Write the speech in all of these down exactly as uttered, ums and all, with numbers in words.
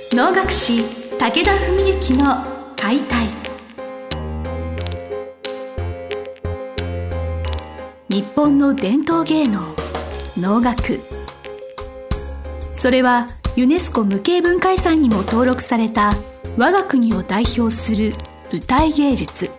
能楽師武田文幸の解体。日本の伝統芸能能楽、それはユネスコ無形文化遺産にも登録された我が国を代表する舞台芸術。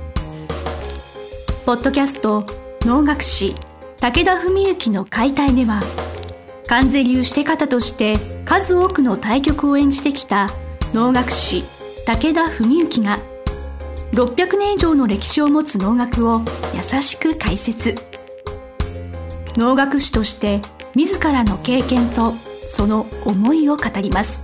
ポッドキャスト能楽師武田文幸の解体では、観世流して方として数多くの大曲を演じてきた能楽師武田文幸がろっぴゃくねん以上の歴史を持つ能楽を優しく解説。能楽師として自らの経験とその思いを語ります。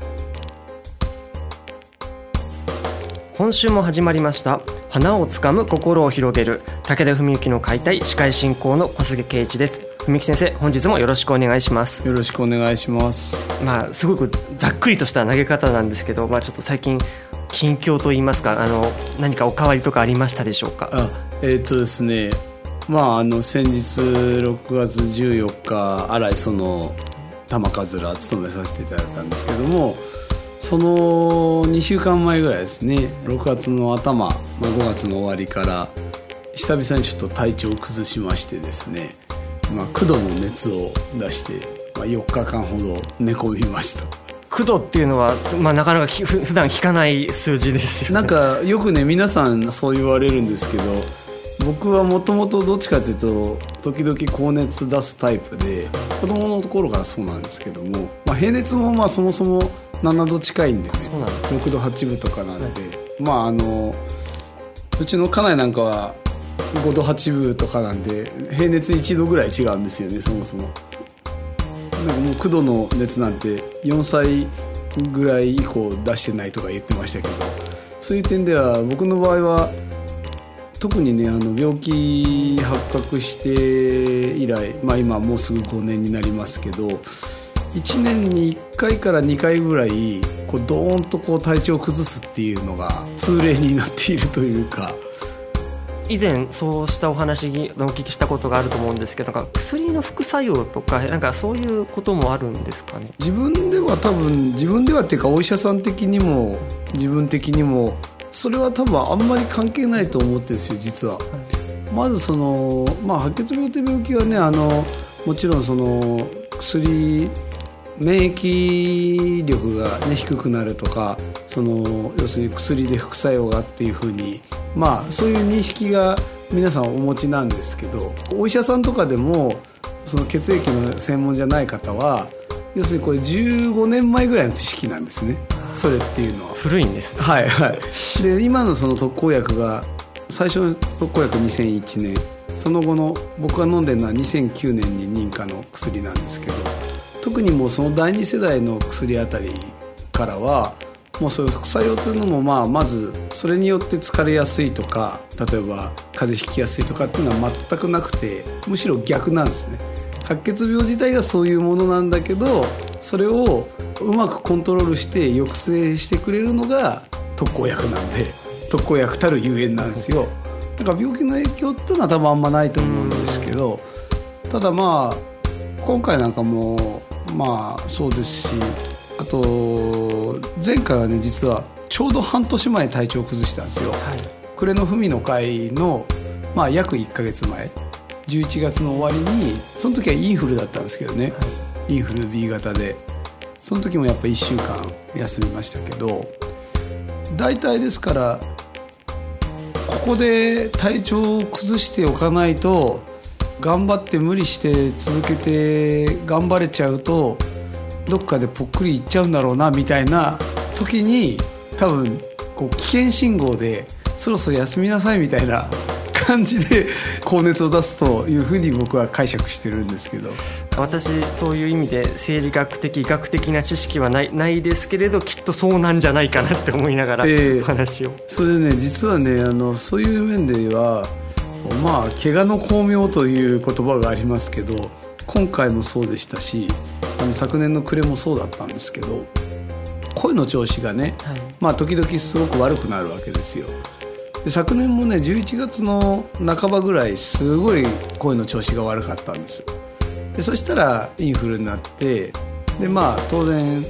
今週も始まりました花をつかむ心を広げる武田文幸の解体、司会進行の小菅圭一です。文幸先生、本日もよろしくお願いします。 よろしくお願いします。 まあ、すごくざっくりとした投げ方なんですけど、まあ、ちょっと最近近況といいますか、あの何かお変わりとかありましたでしょうか。 あえー、っとですねまあ、あの先日ろくがつじゅうよっか新井その玉かずら務めさせていただいたんですけども、そのにしゅうかんまえぐらいですね、ろくがつの頭、まあ、ごがつの終わりから久々にちょっと体調を崩しましてですね、まあ、きゅうどの熱を出して、まあ、よっかかんほど寝込みました。 きゅうどっていうのは、まあ、なかなか普段聞かない数字ですよね。 なんかよくね皆さんそう言われるんですけど、僕はもともとどっちかというと時々高熱出すタイプで、子供の頃からそうなんですけども、まあ、平熱もまあそもそもななど近いんでね、 そうなんです。 ろくどはちぶとかなんで、はい、まああのうちの家内なんかはごどはちぶとかなんで平熱いちどぐらい違うんですよね。そもそもなんかもうきゅうどの熱なんてよんさいぐらい以降出してないとか言ってましたけど、そういう点では僕の場合は特にね、あの病気発覚して以来、まあ、今もうすぐごねんになりますけど、いちねんにいっかいからにかいぐらいこうドーンとこう体調を崩すっていうのが通例になっているというか。 以前そうしたお話をお聞きしたことがあると思うんですけど、なんか薬の副作用とか、なんかそういうこともあるんですかね。 自分では多分自分ではっていうかお医者さん的にも自分的にもそれは多分あんまり関係ないと思ってるんですよ実は。まずその、まあ、白血病という病気はね、あのもちろんその薬免疫力が、ね、低くなるとか、その要するに薬で副作用がっていうふうに、まあ、そういう認識が皆さんお持ちなんですけど、お医者さんとかでもその血液の専門じゃない方は要するにこれじゅうごねんまえぐらいの知識なんですね、それっていうのは。 古いんですね。 はいはい。で今のその特効薬が最初の特効薬にせんいちねん、その後の僕が飲んでるのはにせんきゅうねんに認可の薬なんですけど、特にもうそのだいに世代の薬あたりからはもうそういう副作用というのも、まあまずそれによって疲れやすいとか、例えば風邪ひきやすいとかっていうのは全くなくて、むしろ逆なんですね。白血病自体がそういうものなんだけど、それをうまくコントロールして抑制してくれるのが特効薬なんで、特効薬たるゆえんなんですよ。だから病気の影響っていうのは多分あんまないと思うんですけど、ただまあ今回なんかもまあそうですし、あと前回はね実はちょうど半年前に体調を崩したんですよ、はい、暮れの文の会の、まあ、約いっかげつまえじゅういちがつの終わりに、その時はインフルだったんですけどね、はい、インフル ビー 型で、その時もやっぱいっしゅうかん休みましたけど、大体ですからここで体調を崩しておかないと、頑張って無理して続けて頑張れちゃうとどっかでぽっくりいっちゃうんだろうなみたいな時に、多分こう危険信号でそろそろ休みなさいみたいな感じで高熱を出すというふうに僕は解釈してるんですけど、 私そういう意味で生理学的医学的な知識はない、ないですけれど、きっとそうなんじゃないかなって思いながら、えー、お話を。 それでね、実はね、あのそういう面ではまあ怪我の巧妙という言葉がありますけど、今回もそうでしたし、あの昨年の暮れもそうだったんですけど、声の調子がね、はい、まあ時々すごく悪くなるわけですよ。で昨年もねじゅういちがつの半ばぐらいすごい声の調子が悪かったんです。でそしたらインフルになって、でまあ当然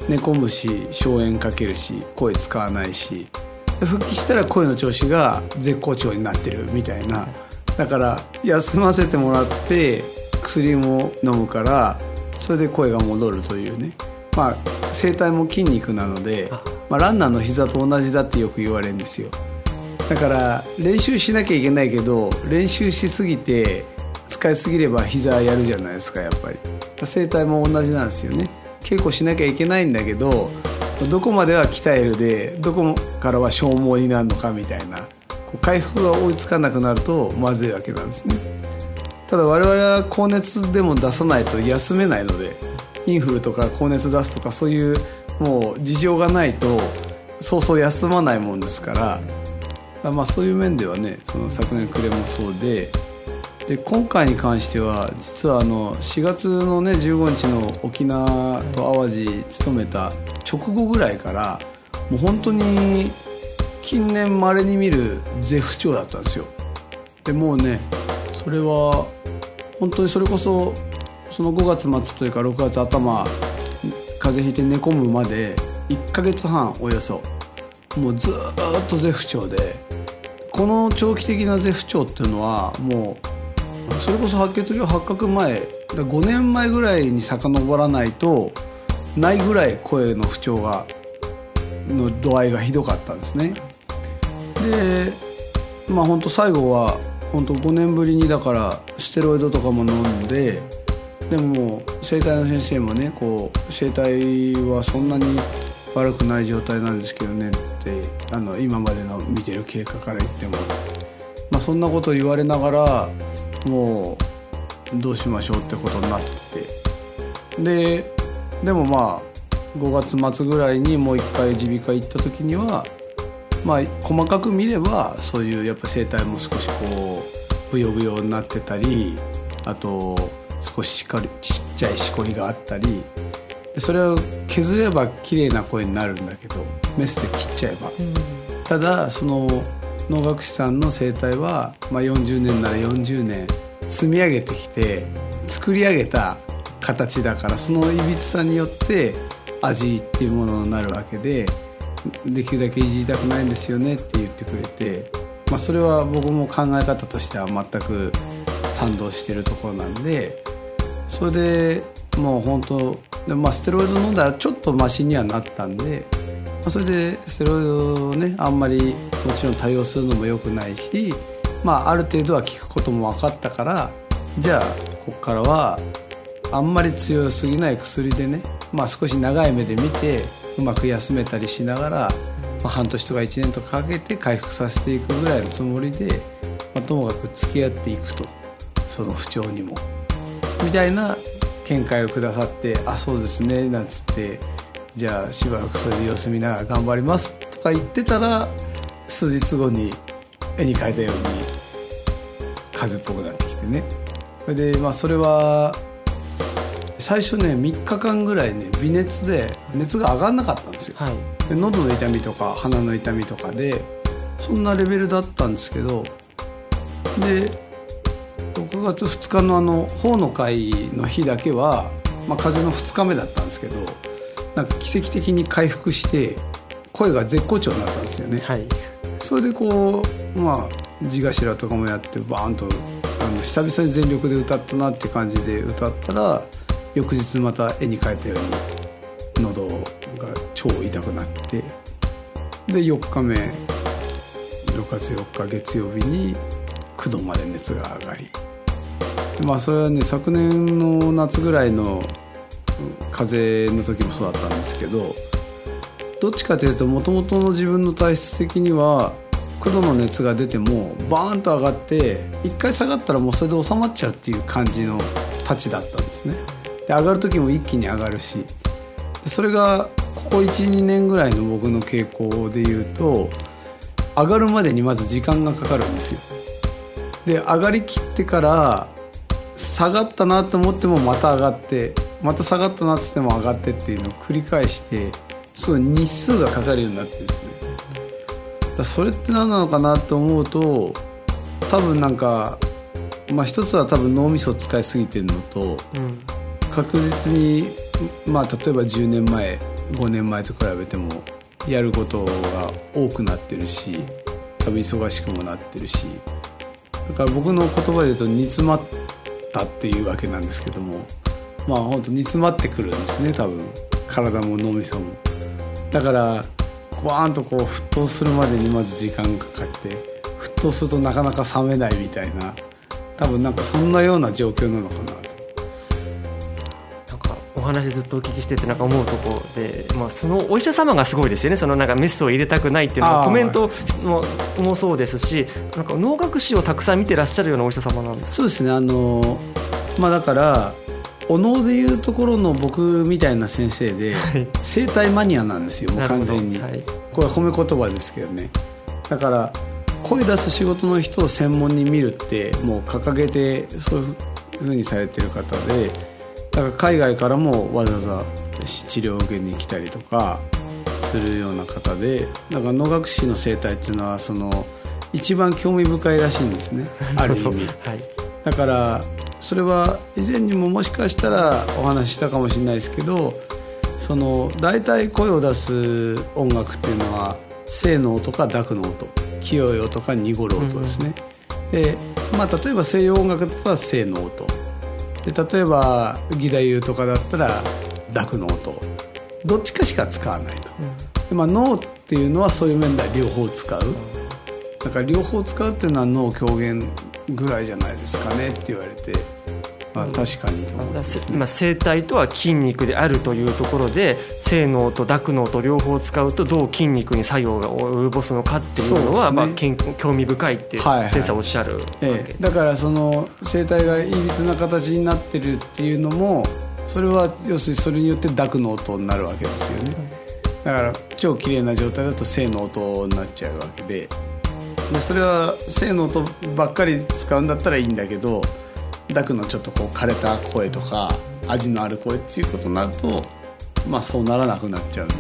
寝込むし消炎かけるし声使わないし、復帰したら声の調子が絶好調になってるみたいな。だから休ませてもらって薬も飲むから、それで声が戻るというね。まあ声帯も筋肉なので、まあ、ランナーの膝と同じだってよく言われるんですよ。だから練習しなきゃいけないけど、練習しすぎて使いすぎれば膝やるじゃないですか。やっぱり声帯も同じなんですよね。稽古しなきゃいけないんだけど、どこまでは鍛えるでどこからは消耗になるのかみたいな、回復が追いつかなくなるとまずいわけなんですね。ただ我々は高熱でも出さないと休めないので、インフルとか高熱出すとかそういうもう事情がないとそうそう休まないもんですから、まあそういう面ではね、その昨年暮れもそうで、で今回に関しては実はあのしがつのねじゅうごにちの沖縄と淡路務めた直後ぐらいからもう本当に近年稀に見る絶不調だったんですよ。でもうね、それは本当にそれこそそのごがつまつというかろくがつあたま風邪ひいて寝込むまでいっかげつはんおよそもうずっと絶不調で、この長期的な絶不調っていうのはもうそれこそ白血病発覚前ごねんまえぐらいに遡らないとないぐらい声の不調がの度合いがひどかったんですね。でまあ本当最後は本当ごねんぶりにだからステロイドとかも飲んで、でももう声帯の先生もね、こう声帯はそんなに悪くない状態なんですけどねって、あの今までの見てる経過から言っても、まあ、そんなことを言われながらもうどうしましょうってことになってて、ででもまあごがつまつぐらいにもう一回耳鼻科行った時には、まあ細かく見ればそういうやっぱ声帯も少しこうブヨブヨになってたり、あと少ししっかりちっちゃいしこりがあったり、それを削れば綺麗な声になるんだけどメスで切っちゃえば、うん、ただその能楽師さんの声帯は、まあ、よんじゅうねんならよんじゅうねん積み上げてきて作り上げた形だから、そのいびつさによって味っていうものになるわけで、できるだけいじりたくないんですよねって言ってくれて、まあ、それは僕も考え方としては全く賛同してるところなんで、それでもう本当で、まあ、ステロイド飲んだらちょっとマシにはなったんで、まあ、それでステロイドをねあんまりもちろん多用するのも良くないし、まあ、ある程度は効くことも分かったから、じゃあここからはあんまり強すぎない薬でね、まあ、少し長い目で見てうまく休めたりしながら、まあ、半年とかいちねんとかかけて回復させていくぐらいのつもりで、まあ、ともかく付き合っていくと、その不調にもみたいな見解をくださって、あそうですねなんつって、じゃあしばらくそれで様子見ながら頑張りますとか言ってたら、数日後に絵に描いたように風邪っぽくなってきてね。それでまあそれは最初ねみっかかんぐらいね微熱で熱が上がらなかったんですよ、はい、で喉の痛みとか鼻の痛みとかでそんなレベルだったんですけど、でろくがつふつかのあの法の会の日だけは、まあ、風邪のふつかめだったんですけど、なんか奇跡的に回復して声が絶好調になったんですよね、はい、それでこうまあ地頭とかもやってバーンとあの久々に全力で歌ったなって感じで歌ったら、翌日また絵に描いたように喉が超痛くなって、でよっかめろくがつよっか月曜日にきゅうどまで熱が上がり、まあそれはね昨年の夏ぐらいの風邪の時もそうだったんですけど、どっちかというともともとの自分の体質的にはきゅうどの熱が出てもバーンと上がっていっかい下がったらもうそれで収まっちゃうっていう感じのたちだったんですね。で上がる時も一気に上がるし、それがここ いちにねんぐらいの僕の傾向でいうと、上がるまでにまず時間がかかるんですよ。で上がりきってから下がったなと思ってもまた上がって、また下がったなって言っても上がってっていうのを繰り返して、すごい日数がかかるようになってるんですね。だからそれって何なのかなと思うと、多分なんか、まあ、一つは多分脳みそを使いすぎてるのと、うん、確実に、まあ、例えばじゅうねんまえごねんまえと比べてもやることが多くなってるし、多分忙しくもなってるし、だから僕の言葉で言うと煮詰まったっていうわけなんですけども、まあ本当煮詰まってくるんですね、多分体も脳みそも。だからバーンとこう沸騰するまでにまず時間かかって、沸騰するとなかなか冷めないみたいな、多分なんかそんなような状況なのかなと。 なんかお話ずっとお聞きしててなんか思うところで、まあ、そのお医者様がすごいですよね。そのなんかメスを入れたくないっていうのはコメント も, もそうですし、なんか脳学史をたくさん見てらっしゃるようなお医者様なんですか。 そうですね、あの、まあ、だからお脳でいうところの僕みたいな先生で、はい、生体マニアなんですよ、もう完全に、はい、これは褒め言葉ですけどね。だから声出す仕事の人を専門に見るってもう掲げてそういう風にされてる方で、だから海外からもわざわざ治療を受けに来たりとかするような方で、だから脳学史の生態っていうのはその一番興味深いらしいんですねある意味、はい、だからそれは以前にももしかしたらお話ししたかもしれないですけど、その大体声を出す音楽っていうのは静の音か濁の音、清い音か濁る音ですね、うん、で、まあ、例えば西洋音楽だったら静の音で、例えば義太夫とかだったら濁の音、どっちかしか使わないと、うん、で、まあ、脳っていうのはそういう面では両方使う、だから両方使うっていうのは脳狂言ぐらいじゃないですかねって言われて、まあ、確かにと思うんですね。 今声帯とは筋肉であるというところで、静の音濁の音両方使うとどう筋肉に作用が及ぼすのかっていうのは、まあ、興味深いって先生はおっしゃるわけ、はいはい、ええ、 だからその声帯がいびつな形になってるっていうのも、それは要するにそれによって濁の音になるわけですよね。だから超綺麗な状態だと静の音になっちゃうわけで、でそれは静の音ばっかり使うんだったらいいんだけど、濁のちょっとこう枯れた声とか味のある声っていうことになると、まあそうならなくなっちゃうんでね。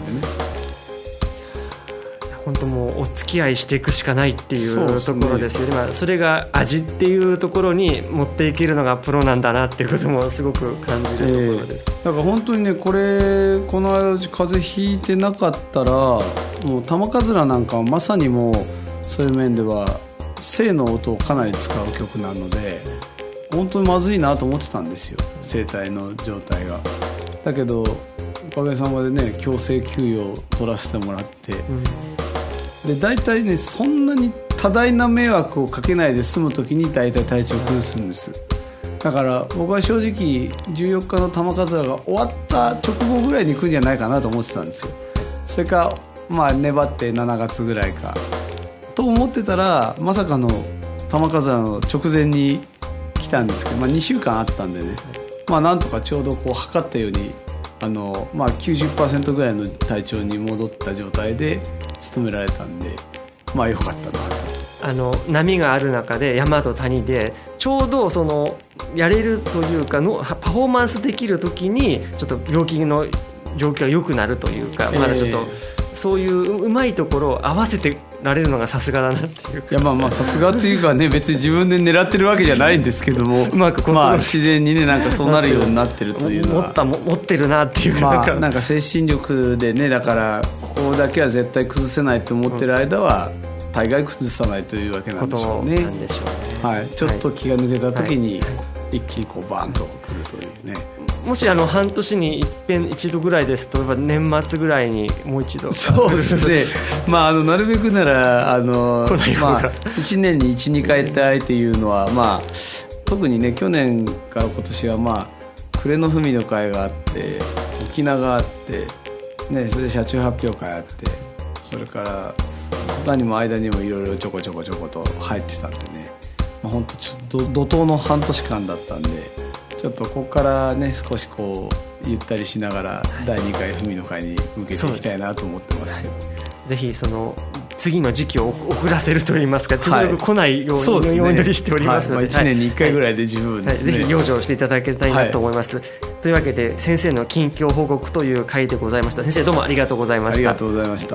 本当もうお付き合いしていくしかないっていうところですよね。まあ、それが味っていうところに持っていけるのがプロなんだなっていうこともすごく感じるところです、 えー、だから本当にね、これこの間風邪ひいてなかったら、もう玉かずらなんかはまさにもうそういう面では静の音をかなり使う曲なので、本当にまずいなと思ってたんですよ、声帯の状態が。だけどおかげさまでね、強制休養を取らせてもらって、うん、で大体ね、そんなに多大な迷惑をかけないで済む時に大体体調を崩すんです。だから僕は正直じゅうよっかの玉かずらが終わった直後ぐらいに来るんじゃないかなと思ってたんですよ。それかまあ粘ってしちがつぐらいかと思ってたら、まさかの玉かずらの直前に来たんですけど、まあ、にしゅうかんあったんでね、まあ、なんとかちょうどこう測ったようにあの、まあ、きゅうじゅっパーセント ぐらいの体調に戻った状態で務められたんで、まあ良かったなと。 あの波がある中で山と谷でちょうどそのやれるというかのパフォーマンスできる時にちょっと病気の状況が良くなるというか、まだちょっとそういううまいところを合わせてられるのがさすがだなっていうか、 いやまあまあさすがっていうかね、別に自分で狙ってるわけじゃないんですけどもうまくまあ自然にね、なんかそうなるようになってるというのは持ったも持ってるなっていうか、 まあ、なんか精神力でね、だからここだけは絶対崩せないと思ってる間は、うん、大概崩さないというわけなんでしょうね。 なんでしょうね、 はい、ちょっと気が抜けた時に一気にこうバーンとくるというね。 もしあの半年に一遍一度ぐらいですと、年末ぐらいにもう一度。 そうですねまあ、あのなるべくならあの、まあ、いちねんにいち、にかいってっていうのは、まあ、特にね去年から今年は、まあ、暮れの文の会があって沖縄があって、ね、それで車中発表会あって、それから他にも間にもいろいろちょこちょこちょこと入ってたんでね、まあ、本当ちょっと怒涛の半年間だったんで、ちょっとここからね少しこうゆったりしながらだいにかい文の会に向けていきたいなと思ってますけど、 ぜひその次の時期を遅らせるといいますか、はい、来ないように、ね、お祈りしておりますので、 はい、まあ、いちねんにいっかいぐらいで十分ですね、 はいはい、ぜひ養生していただきたいなと思います、はい、というわけで先生の近況報告という回でございました。先生どうもありがとうございました。 ありがとうございました。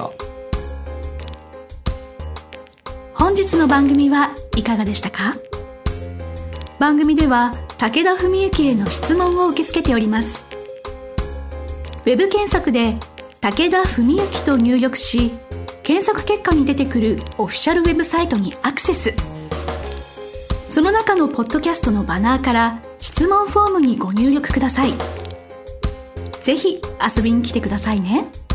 本日の番組はいかがでしたか？番組では武田文幸への質問を受け付けております。ウェブ検索で武田文幸と入力し、検索結果に出てくるオフィシャルウェブサイトにアクセス。その中のポッドキャストのバナーから質問フォームにご入力ください。ぜひ遊びに来てくださいね。